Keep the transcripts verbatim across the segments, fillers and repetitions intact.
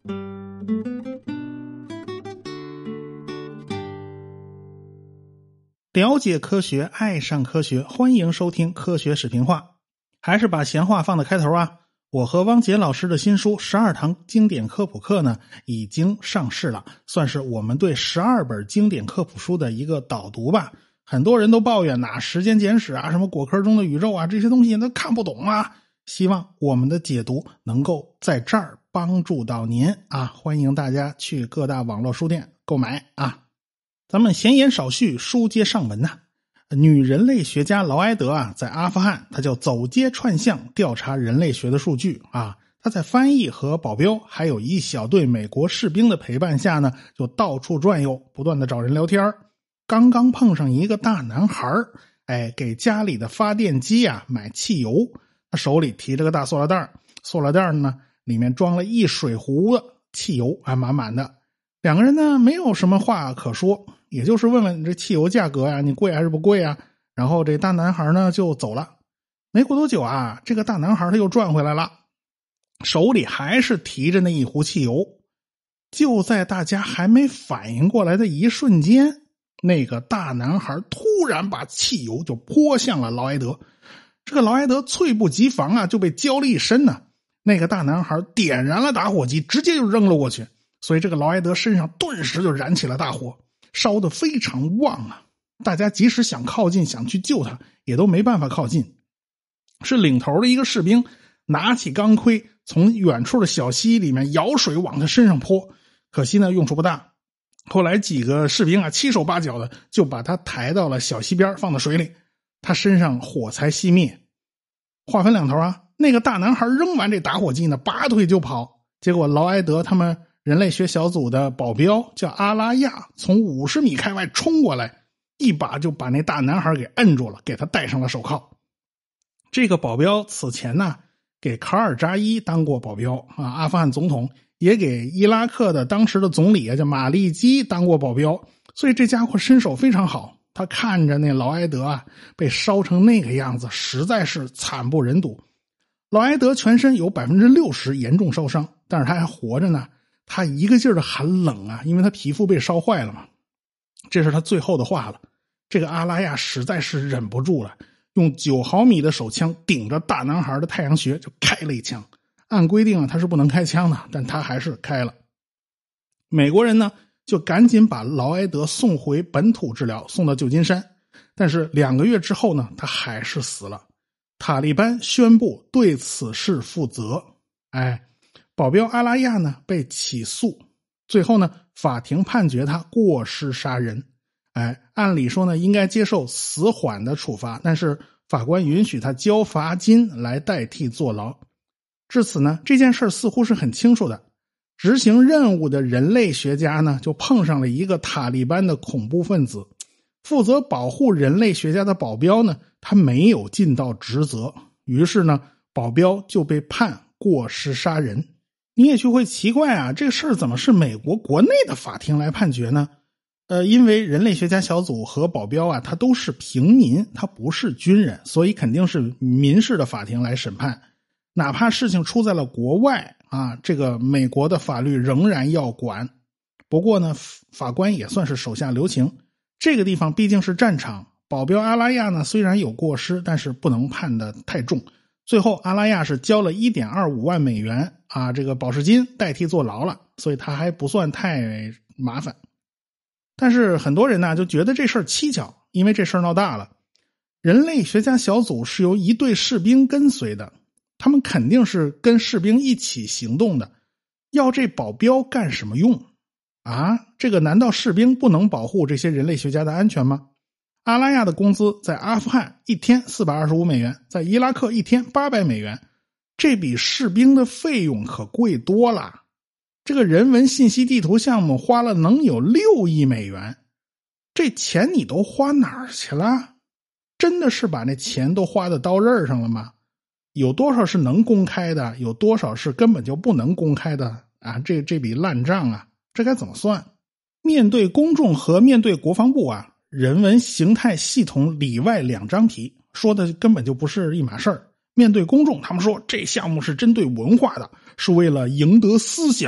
了解科学，爱上科学，欢迎收听科学视频化。还是把闲话放在开头啊，我和汪杰老师的新书十二堂经典科普课呢已经上市了，算是我们对十二本经典科普书的一个导读吧。很多人都抱怨哪时间简史啊，什么果壳中的宇宙啊，这些东西都看不懂啊。希望我们的解读能够在这儿帮助到您啊，欢迎大家去各大网络书店购买啊。咱们闲言少叙，书接上文呐、啊。女人类学家劳埃德啊，在阿富汗，他就走街串巷调查人类学的数据啊。他在翻译和保镖还有一小队美国士兵的陪伴下呢，就到处转悠，不断的找人聊天。刚刚碰上一个大男孩，哎，给家里的发电机啊买汽油，他手里提着个大塑料袋，塑料袋呢里面装了一水壶的汽油，还满满的。两个人呢没有什么话可说，也就是问问这汽油价格呀，你贵还是不贵啊？然后这大男孩呢就走了。没过多久啊，这个大男孩他又转回来了，手里还是提着那一壶汽油。就在大家还没反应过来的一瞬间，那个大男孩突然把汽油就泼向了劳埃德。这个劳埃德猝不及防啊，就被浇了一身呢。那个大男孩点燃了打火机，直接就扔了过去。所以这个劳埃德身上顿时就燃起了大火，烧得非常旺啊！大家即使想靠近，想去救他，也都没办法靠近。是领头的一个士兵拿起钢盔，从远处的小溪里面舀水往他身上泼，可惜呢用处不大。后来几个士兵啊七手八脚的就把他抬到了小溪边，放到水里，他身上火才熄灭。话分两头啊，那个大男孩扔完这打火机呢，拔腿就跑，结果劳埃德他们人类学小组的保镖叫阿拉亚，从五十米开外冲过来，一把就把那大男孩给摁住了，给他戴上了手铐。这个保镖此前呢给卡尔扎伊当过保镖啊，阿富汗总统，也给伊拉克的当时的总理啊叫马利基当过保镖，所以这家伙身手非常好。他看着那劳埃德啊被烧成那个样子，实在是惨不忍睹。劳埃德全身有 百分之六十 严重烧伤，但是他还活着呢。他一个劲儿的喊冷啊，因为他皮肤被烧坏了嘛。这是他最后的话了。这个阿拉亚实在是忍不住了，用九毫米的手枪顶着大男孩的太阳穴就开了一枪。按规定啊，他是不能开枪的，但他还是开了。美国人呢，就赶紧把劳埃德送回本土治疗，送到旧金山。但是两个月之后呢，他还是死了。塔利班宣布对此事负责。哎。保镖阿拉亚呢被起诉，最后呢法庭判决他过失杀人。哎，按理说呢应该接受死缓的处罚，但是法官允许他交罚金来代替坐牢。至此呢这件事似乎是很清楚的。执行任务的人类学家呢就碰上了一个塔利班的恐怖分子，负责保护人类学家的保镖呢他没有尽到职责，于是呢保镖就被判过失杀人。你也就会奇怪啊，这个事儿怎么是美国国内的法庭来判决呢？呃，因为人类学家小组和保镖啊，他都是平民，他不是军人，所以肯定是民事的法庭来审判。哪怕事情出在了国外啊，这个美国的法律仍然要管。不过呢，法官也算是手下留情，这个地方毕竟是战场，保镖阿拉亚呢虽然有过失，但是不能判得太重。最后阿拉亚是交了 一点二五万美元啊，这个保释金代替坐牢了，所以他还不算太麻烦。但是很多人呢就觉得这事儿蹊跷，因为这事儿闹大了。人类学家小组是由一队士兵跟随的，他们肯定是跟士兵一起行动的，要这保镖干什么用啊？这个难道士兵不能保护这些人类学家的安全吗？阿拉亚的工资在阿富汗一天四百二十五美元，在伊拉克一天八百美元，这比士兵的费用可贵多了。这个人文信息地图项目花了能有六亿美元，这钱你都花哪儿去了？真的是把那钱都花到刀刃上了吗？有多少是能公开的，有多少是根本就不能公开的啊？这这笔烂账啊，这该怎么算？面对公众和面对国防部啊，人文形态系统里外两张皮，说的根本就不是一码事儿。面对公众，他们说这项目是针对文化的，是为了赢得思想，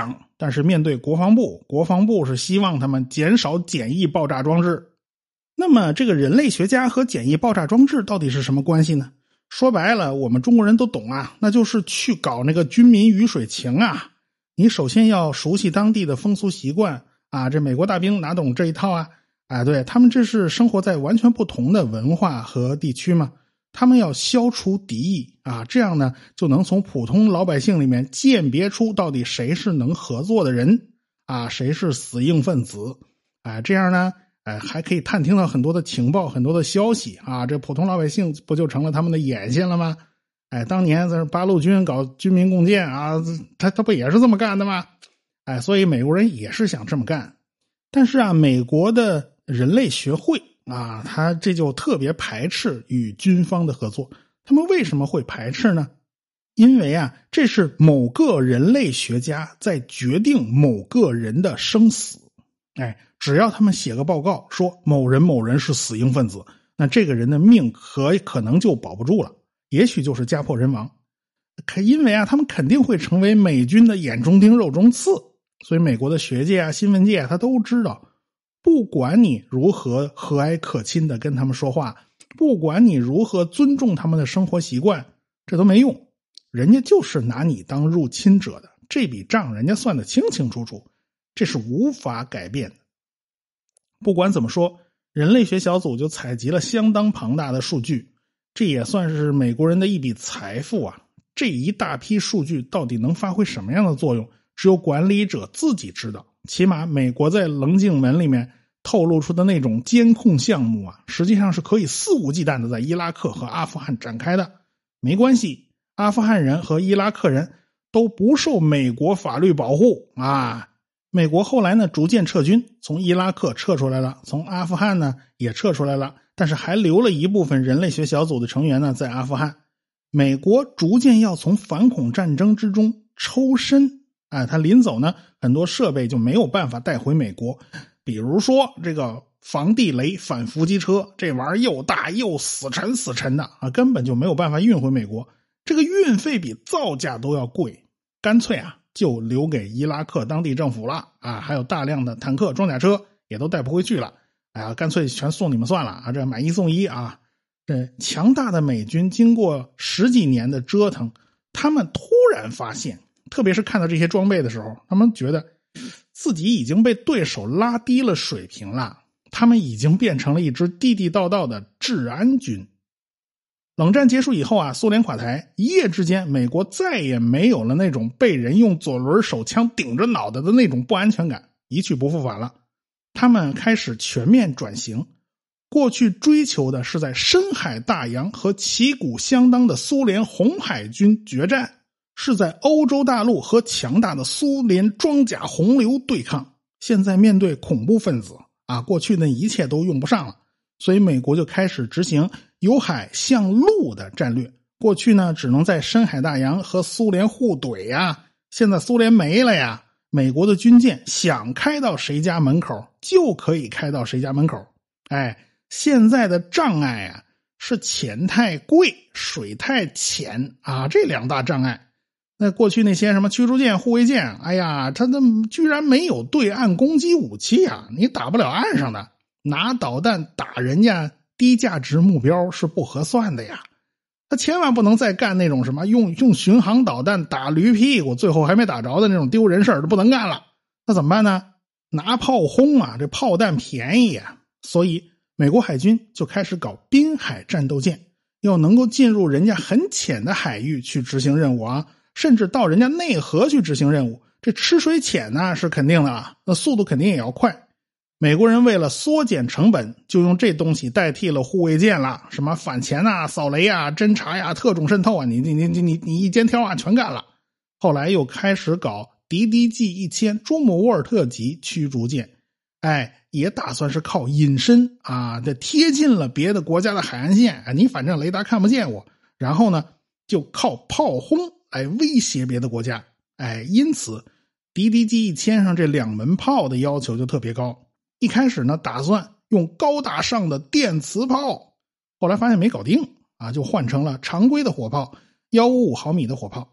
但是面对国防部，国防部是希望他们减少简易爆炸装置。那么这个人类学家和简易爆炸装置到底是什么关系呢？说白了，我们中国人都懂啊，那就是去搞那个军民鱼水情啊。你首先要熟悉当地的风俗习惯啊，这美国大兵哪懂这一套啊？啊，对，他们这是生活在完全不同的文化和地区嘛，他们要消除敌意啊，这样呢就能从普通老百姓里面鉴别出到底谁是能合作的人啊，谁是死硬分子啊，这样呢哎，还可以探听到很多的情报，很多的消息啊！这普通老百姓不就成了他们的眼线了吗？哎，当年在八路军搞军民共建啊，他他不也是这么干的吗？哎，所以美国人也是想这么干。但是啊，美国的人类学会啊，他这就特别排斥与军方的合作。他们为什么会排斥呢？因为啊，这是某个人类学家在决定某个人的生死。哎，只要他们写个报告说某人某人是死硬分子，那这个人的命可可能就保不住了，也许就是家破人亡。可因为啊，他们肯定会成为美军的眼中钉肉中刺，所以美国的学界啊、新闻界啊，他都知道，不管你如何和蔼可亲的跟他们说话，不管你如何尊重他们的生活习惯，这都没用，人家就是拿你当入侵者的，这笔账人家算得清清楚楚。这是无法改变的。不管怎么说，人类学小组就采集了相当庞大的数据，这也算是美国人的一笔财富啊。这一大批数据到底能发挥什么样的作用，只有管理者自己知道。起码美国在棱镜门里面透露出的那种监控项目啊，实际上是可以肆无忌惮的在伊拉克和阿富汗展开的。没关系，阿富汗人和伊拉克人都不受美国法律保护啊。美国后来呢逐渐撤军，从伊拉克撤出来了，从阿富汗呢也撤出来了，但是还留了一部分人类学小组的成员呢在阿富汗。美国逐渐要从反恐战争之中抽身，哎，他临走呢很多设备就没有办法带回美国，比如说这个防地雷反伏击车，这玩意儿又大又死沉死沉的啊，根本就没有办法运回美国，这个运费比造价都要贵，干脆啊就留给伊拉克当地政府了啊，还有大量的坦克装甲车也都带不回去了，哎呀，干脆全送你们算了啊，这买一送一啊。这强大的美军经过十几年的折腾，他们突然发现，特别是看到这些装备的时候，他们觉得自己已经被对手拉低了水平了，他们已经变成了一支地地道道的治安军。冷战结束以后啊，苏联垮台，一夜之间美国再也没有了那种被人用左轮手枪顶着脑袋的那种不安全感，一去不复返了。他们开始全面转型，过去追求的是在深海大洋和旗鼓相当的苏联红海军决战，是在欧洲大陆和强大的苏联装甲洪流对抗。现在面对恐怖分子啊，过去的一切都用不上了，所以美国就开始执行由海向陆的战略。过去呢，只能在深海大洋和苏联互怼呀，现在苏联没了呀，美国的军舰想开到谁家门口就可以开到谁家门口。哎，现在的障碍啊，是钱太贵，水太浅啊，这两大障碍。那过去那些什么驱逐舰、护卫舰，哎呀，它那居然没有对岸攻击武器啊，你打不了岸上的，拿导弹打人家低价值目标是不合算的呀。他千万不能再干那种什么用用巡航导弹打驴屁股，最后还没打着的那种丢人事儿，都不能干了。那怎么办呢？拿炮轰啊，这炮弹便宜啊，所以美国海军就开始搞滨海战斗舰，要能够进入人家很浅的海域去执行任务啊，甚至到人家内河去执行任务。这吃水浅呢是肯定的啊，那速度肯定也要快。美国人为了缩减成本，就用这东西代替了护卫舰了，什么反潜啊、扫雷啊、侦察呀、特种渗透啊，你你你你你一肩挑啊，全干了。后来又开始搞D D G 一千朱姆沃尔特级驱逐舰，哎，也打算是靠隐身啊，这贴近了别的国家的海岸线，你反正雷达看不见我，然后呢就靠炮轰来威胁别的国家。哎，因此 D D G 一千上这两门炮的要求就特别高。一开始呢打算用高大上的电磁炮，后来发现没搞定啊，就换成了常规的火炮，一百五十五毫米的火炮。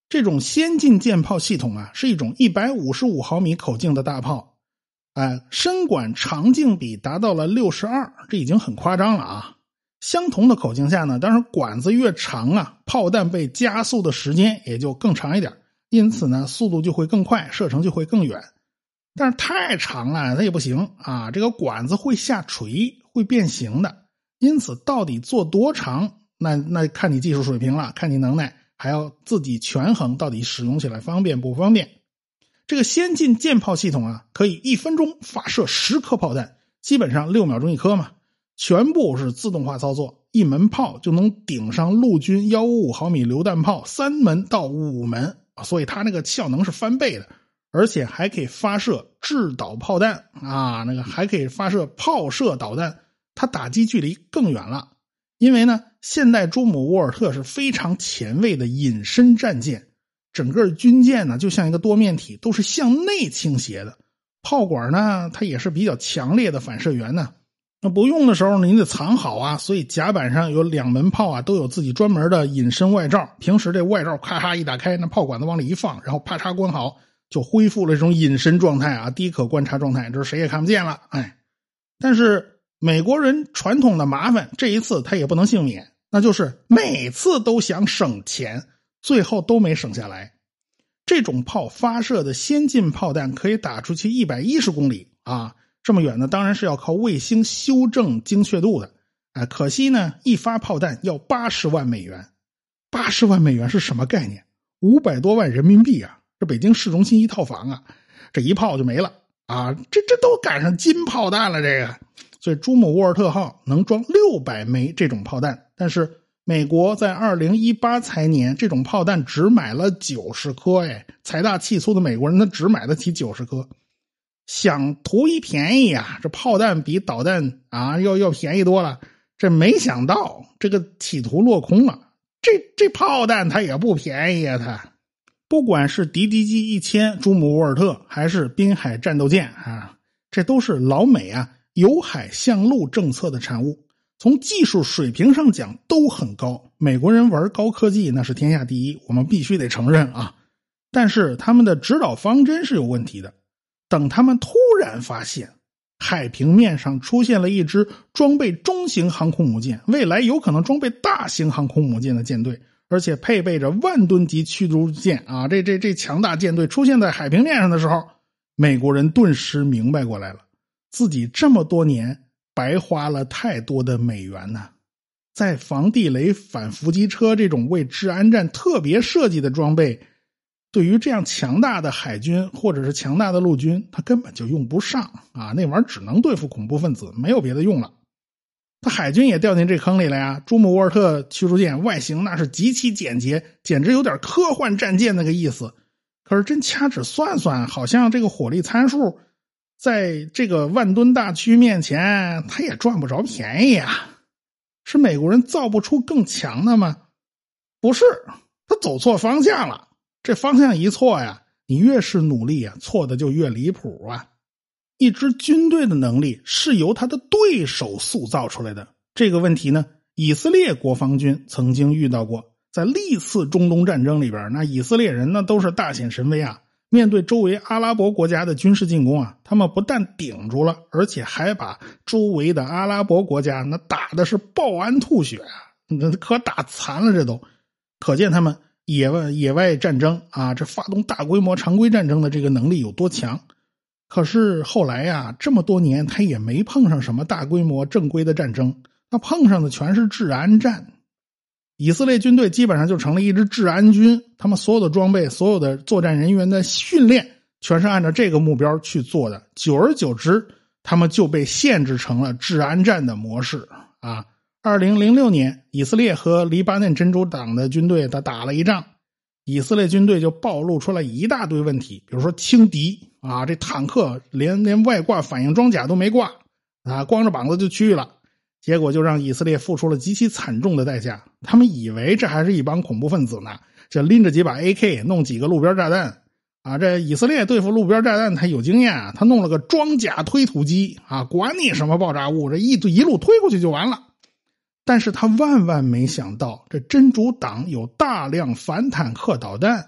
这种先进舰炮系统啊，是一种一百五十五毫米口径的大炮，哎，身管长径比达到了六十二，这已经很夸张了啊。相同的口径下呢，当然管子越长啊，炮弹被加速的时间也就更长一点，因此呢，速度就会更快，射程就会更远。但是太长了它也不行啊，这个管子会下垂，会变形的。因此到底做多长，那那看你技术水平了，看你能耐，还要自己权衡到底使用起来方便不方便。这个先进舰炮系统啊，可以一分钟发射十颗炮弹，基本上六秒钟一颗嘛，全部是自动化操作，一门炮就能顶上陆军一百五十五毫米榴弹炮三门到五门，所以它那个效能是翻倍的，而且还可以发射制导炮弹啊，那个还可以发射炮射导弹，它打击距离更远了。因为呢，现代朱姆沃尔特是非常前卫的隐身战舰，整个军舰呢就像一个多面体，都是向内倾斜的。炮管呢，它也是比较强烈的反射源呢。那不用的时候呢，你得藏好啊，所以甲板上有两门炮啊，都有自己专门的隐身外罩。平时这外罩咔嚓一打开，那炮管子往里一放，然后啪嚓关好，就恢复了这种隐身状态啊，低可观察状态，这谁也看不见了。哎，但是美国人传统的麻烦，这一次他也不能幸免，那就是每次都想省钱，最后都没省下来。这种炮发射的先进炮弹可以打出去一百一十公里啊，这么远呢，当然是要靠卫星修正精确度的。哎，可惜呢，一发炮弹要八十万美元。八十万美元是什么概念？五百多万人民币啊，这北京市中心一套房啊，这一炮就没了啊，这这都赶上金炮弹了这个。所以朱姆沃尔特号能装六百枚这种炮弹，但是美国在二零一八财年这种炮弹只买了九十颗，哎，财大气粗的美国人他只买得起九十颗。想图一便宜啊，这炮弹比导弹啊要要便宜多了，这没想到这个企图落空了。这这炮弹它也不便宜啊，它不管是敌敌机一千朱姆沃尔特还是滨海战斗舰啊，这都是老美啊由海向陆政策的产物，从技术水平上讲都很高。美国人玩高科技那是天下第一，我们必须得承认啊。但是他们的指导方针是有问题的。等他们突然发现海平面上出现了一支装备中型航空母舰，未来有可能装备大型航空母舰的舰队，而且配备着万吨级驱逐舰啊，这这这强大舰队出现在海平面上的时候，美国人顿时明白过来了，自己这么多年白花了太多的美元呢。在防地雷反伏击车这种为治安战特别设计的装备，对于这样强大的海军或者是强大的陆军，它根本就用不上啊！那玩意儿只能对付恐怖分子，没有别的用了。他海军也掉进这坑里了呀。朱姆沃尔特驱逐舰外形那是极其简洁，简直有点科幻战舰那个意思。可是真掐指算算，好像这个火力参数在这个万吨大驱面前，他也赚不着便宜啊。是美国人造不出更强的吗？不是，他走错方向了。这方向一错呀，你越是努力啊，错的就越离谱啊。一支军队的能力是由他的对手塑造出来的。这个问题呢，以色列国防军曾经遇到过。在历次中东战争里边，那以色列人呢都是大显神威啊。面对周围阿拉伯国家的军事进攻啊，他们不但顶住了，而且还把周围的阿拉伯国家那打的是抱鞍吐血啊，可打残了这都。可见他们野外野外战争啊，这发动大规模常规战争的这个能力有多强。可是后来呀，这么多年他也没碰上什么大规模正规的战争，他碰上的全是治安战。以色列军队基本上就成了一支治安军，他们所有的装备，所有的作战人员的训练全是按照这个目标去做的。久而久之，他们就被限制成了治安战的模式啊。二零零六年，以色列和黎巴嫩真主党的军队他打了一仗，以色列军队就暴露出来一大堆问题，比如说轻敌啊，这坦克连连外挂反应装甲都没挂啊，光着膀子就去了，结果就让以色列付出了极其惨重的代价。他们以为这还是一帮恐怖分子呢，这拎着几把 A K 弄几个路边炸弹啊，这以色列对付路边炸弹他有经验啊，他弄了个装甲推土机啊，管你什么爆炸物，这一一路推过去就完了。但是他万万没想到，这真主党有大量反坦克导弹，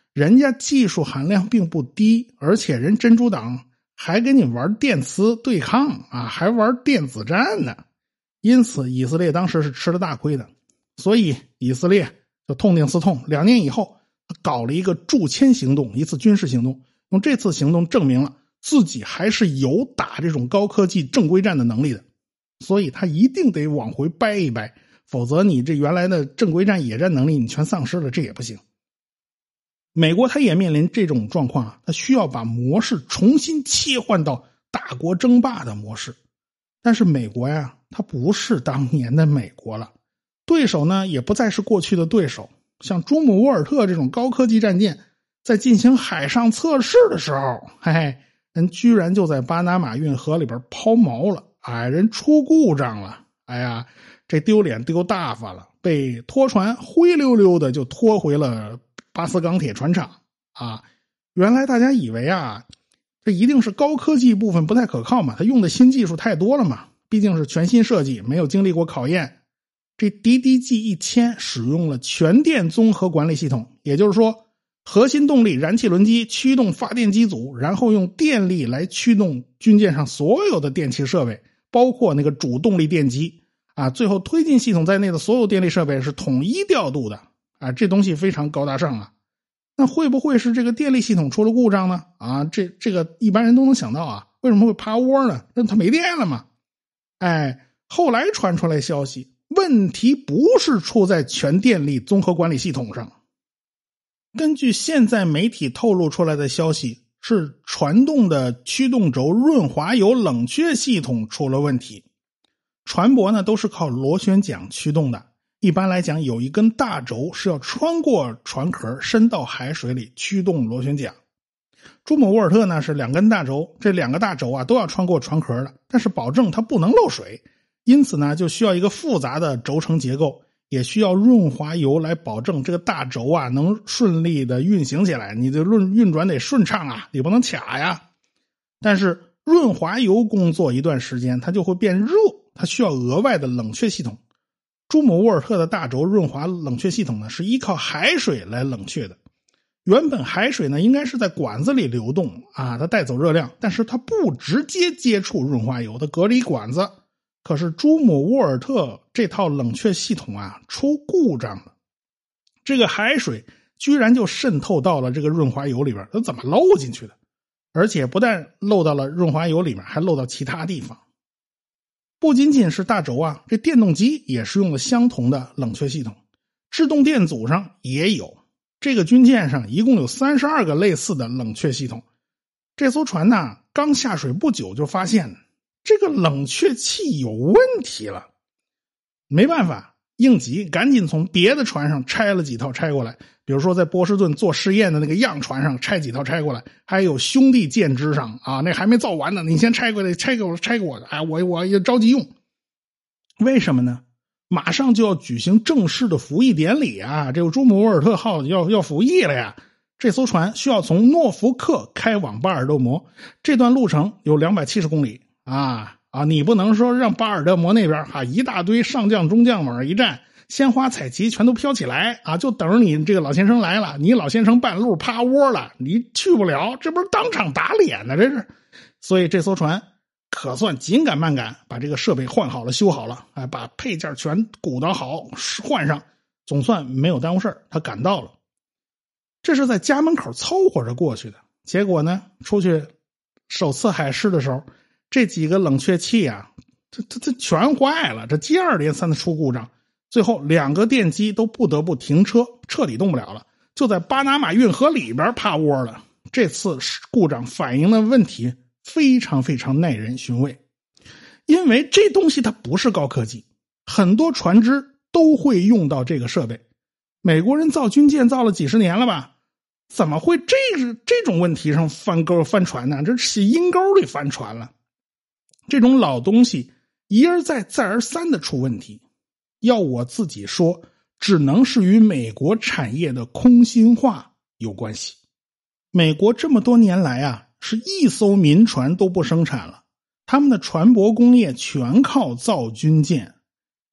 人家技术含量并不低，而且人真主党还给你玩电磁对抗啊，还玩电子战呢。因此以色列当时是吃了大亏的，所以以色列就痛定思痛，两年以后搞了一个驻谦行动，一次军事行动，用这次行动证明了自己还是有打这种高科技正规战的能力的，所以他一定得往回掰一掰，否则你这原来的正规战野战能力你全丧失了，这也不行。美国他也面临这种状况啊，他需要把模式重新切换到大国争霸的模式。但是美国呀，它不是当年的美国了，对手呢也不再是过去的对手。像朱姆沃尔特这种高科技战舰在进行海上测试的时候，嘿嘿，人居然就在巴拿马运河里边抛锚了，哎，人出故障了，哎呀，这丢脸丢大发了，被拖船灰溜溜的就拖回了巴斯钢铁船厂啊。原来大家以为啊，这一定是高科技部分不太可靠嘛，他用的新技术太多了嘛，毕竟是全新设计，没有经历过考验。这 D D G 一千使用了全电综合管理系统，也就是说核心动力燃气轮机驱动发电机组，然后用电力来驱动军舰上所有的电气设备，包括那个主动力电机啊，最后推进系统在内的所有电力设备是统一调度的啊，这东西非常高大上啊。那会不会是这个电力系统出了故障呢？啊，这这个一般人都能想到啊，为什么会趴窝呢？那它没电了嘛。哎，后来传出来消息，问题不是出在全电力综合管理系统上。根据现在媒体透露出来的消息，是传动的驱动轴润滑油冷却系统出了问题。船舶呢都是靠螺旋桨驱动的，一般来讲有一根大轴是要穿过船壳伸到海水里驱动螺旋桨。朱姆沃尔特呢是两根大轴，这两个大轴啊都要穿过船壳的，但是保证它不能漏水，因此呢就需要一个复杂的轴承结构，也需要润滑油来保证这个大轴啊能顺利的运行起来，你的运转得顺畅啊，你不能卡呀。但是润滑油工作一段时间它就会变热，它需要额外的冷却系统。朱姆沃尔特的大轴润滑冷却系统呢是依靠海水来冷却的。原本海水呢应该是在管子里流动啊，它带走热量，但是它不直接接触润滑油，它隔着一管子。可是朱姆沃尔特这套冷却系统啊出故障了，这个海水居然就渗透到了这个润滑油里边，它怎么漏进去的？而且不但漏到了润滑油里面，还漏到其他地方。不仅仅是大轴啊，这电动机也是用了相同的冷却系统，制动电阻上也有。这个军舰上一共有三十二个类似的冷却系统。这艘船呢刚下水不久就发现这个冷却器有问题了，没办法，应急赶紧从别的船上拆了几套拆过来，比如说在波士顿做试验的那个样船上拆几套拆过来，还有兄弟舰只上啊，那还没造完呢，你先拆过来，拆给我，拆给我，哎，我我也着急用。为什么呢？马上就要举行正式的服役典礼啊，这个朱姆沃尔特号要要服役了呀。这艘船需要从诺福克开往巴尔的摩，这段路程有两百七十公里啊啊！你不能说让巴尔的摩那边啊一大堆上将中将往上一站，鲜花彩旗全都飘起来啊，就等着你这个老先生来了，你老先生半路趴窝了，你去不了，这不是当场打脸呢，这是。所以这艘船可算紧赶慢赶把这个设备换好了修好了，哎，把配件全鼓捣好换上，总算没有耽误事儿，他赶到了。这是在家门口凑合着过去的，结果呢出去首次海试的时候，这几个冷却器啊这这这全坏了，这接二连三的出故障，最后两个电机都不得不停车，彻底动不了了，就在巴拿马运河里边趴窝了。这次故障反映的问题非常非常耐人寻味，因为这东西它不是高科技，很多船只都会用到这个设备。美国人造军舰造了几十年了吧，怎么会这这种问题上翻沟翻船呢？这是阴沟里翻船了。这种老东西一而再再而三的出问题，要我自己说，只能是与美国产业的空心化有关系。美国这么多年来啊，是一艘民船都不生产了，他们的船舶工业全靠造军舰。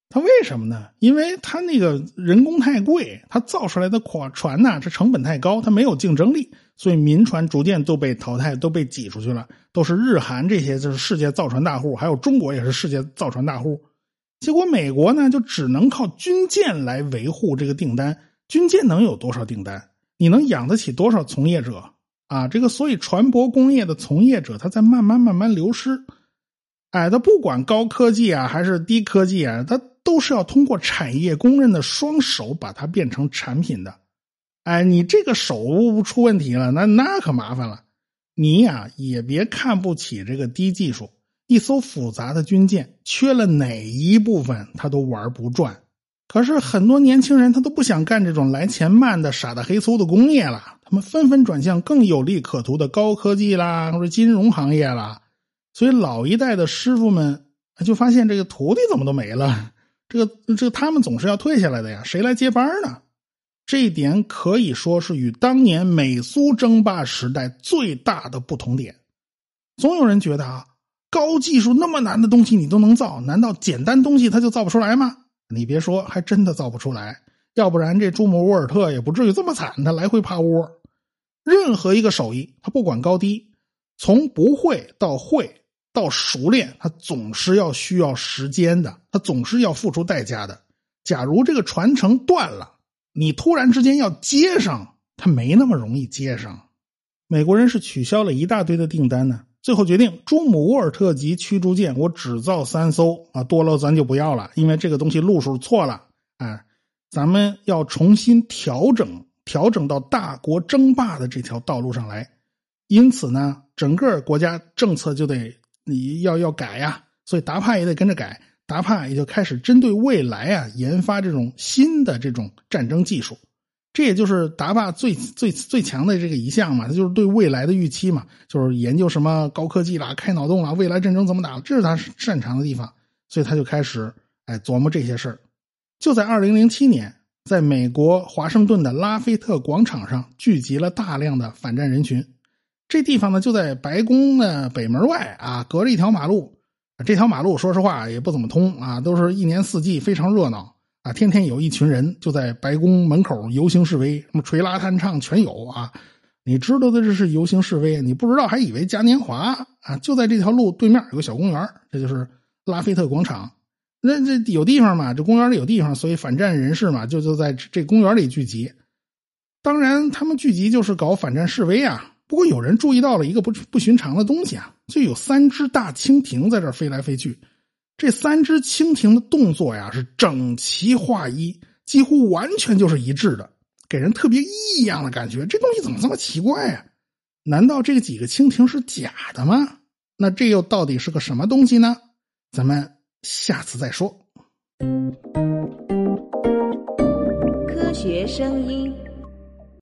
它为什么呢？因为它那个人工太贵，它造出来的船呐、啊，这成本太高，它没有竞争力，所以民船逐渐都被淘汰，都被挤出去了，都是日韩这些就是世界造船大户，还有中国也是世界造船大户。结果美国呢，就只能靠军舰来维护这个订单，军舰能有多少订单？你能养得起多少从业者啊？这个所以船舶工业的从业者，它在慢慢慢慢流失。哎，它不管高科技啊还是低科技啊，它都是要通过产业工人的双手把它变成产品的。哎，你这个手出问题了，那那可麻烦了。你呀也别看不起这个低技术，一艘复杂的军舰缺了哪一部分它都玩不转。可是很多年轻人他都不想干这种来钱慢的傻的黑粗的工业了，他们纷纷转向更有利可图的高科技啦，或者金融行业啦。所以老一代的师傅们就发现这个徒弟怎么都没了，这个这个他们总是要退下来的呀，谁来接班呢？这一点可以说是与当年美苏争霸时代最大的不同点。总有人觉得啊，高技术那么难的东西你都能造，难道简单东西它就造不出来吗？你别说，还真的造不出来，要不然这朱姆沃尔特也不至于这么惨，他来回趴窝。任何一个手艺，他不管高低，从不会到会到熟练，它总是要需要时间的，它总是要付出代价的。假如这个传承断了，你突然之间要接上，它没那么容易接上。美国人是取消了一大堆的订单呢，最后决定朱姆沃尔特级驱逐舰我只造三艘啊，多了咱就不要了，因为这个东西路数错了啊，咱们要重新调整，调整到大国争霸的这条道路上来。因此呢，整个国家政策就得你要要改呀，所以达帕也得跟着改，达帕也就开始针对未来啊研发这种新的这种战争技术。这也就是达帕最最最强的这个一项嘛，它就是对未来的预期嘛，就是研究什么高科技啦、开脑洞啦、未来战争怎么打，这是他擅长的地方，所以他就开始哎琢磨这些事儿。就在二零零七年，在美国华盛顿的拉菲特广场上聚集了大量的反战人群。这地方呢就在白宫的北门外啊，隔着一条马路。这条马路说实话也不怎么通啊，都是一年四季非常热闹啊，天天有一群人就在白宫门口游行示威，什么捶拉弹唱全有啊。你知道的这是游行示威，你不知道还以为嘉年华啊。就在这条路对面有个小公园，这就是拉菲特广场。那这有地方嘛，这公园里有地方，所以反战人士嘛就就在这公园里聚集。当然他们聚集就是搞反战示威啊。不过有人注意到了一个不不寻常的东西啊，就有三只大蜻蜓在这儿飞来飞去。这三只蜻蜓的动作呀是整齐划一，几乎完全就是一致的，给人特别异样的感觉。这东西怎么这么奇怪啊？难道这几个蜻蜓是假的吗？那这又到底是个什么东西呢？咱们下次再说。 科学声音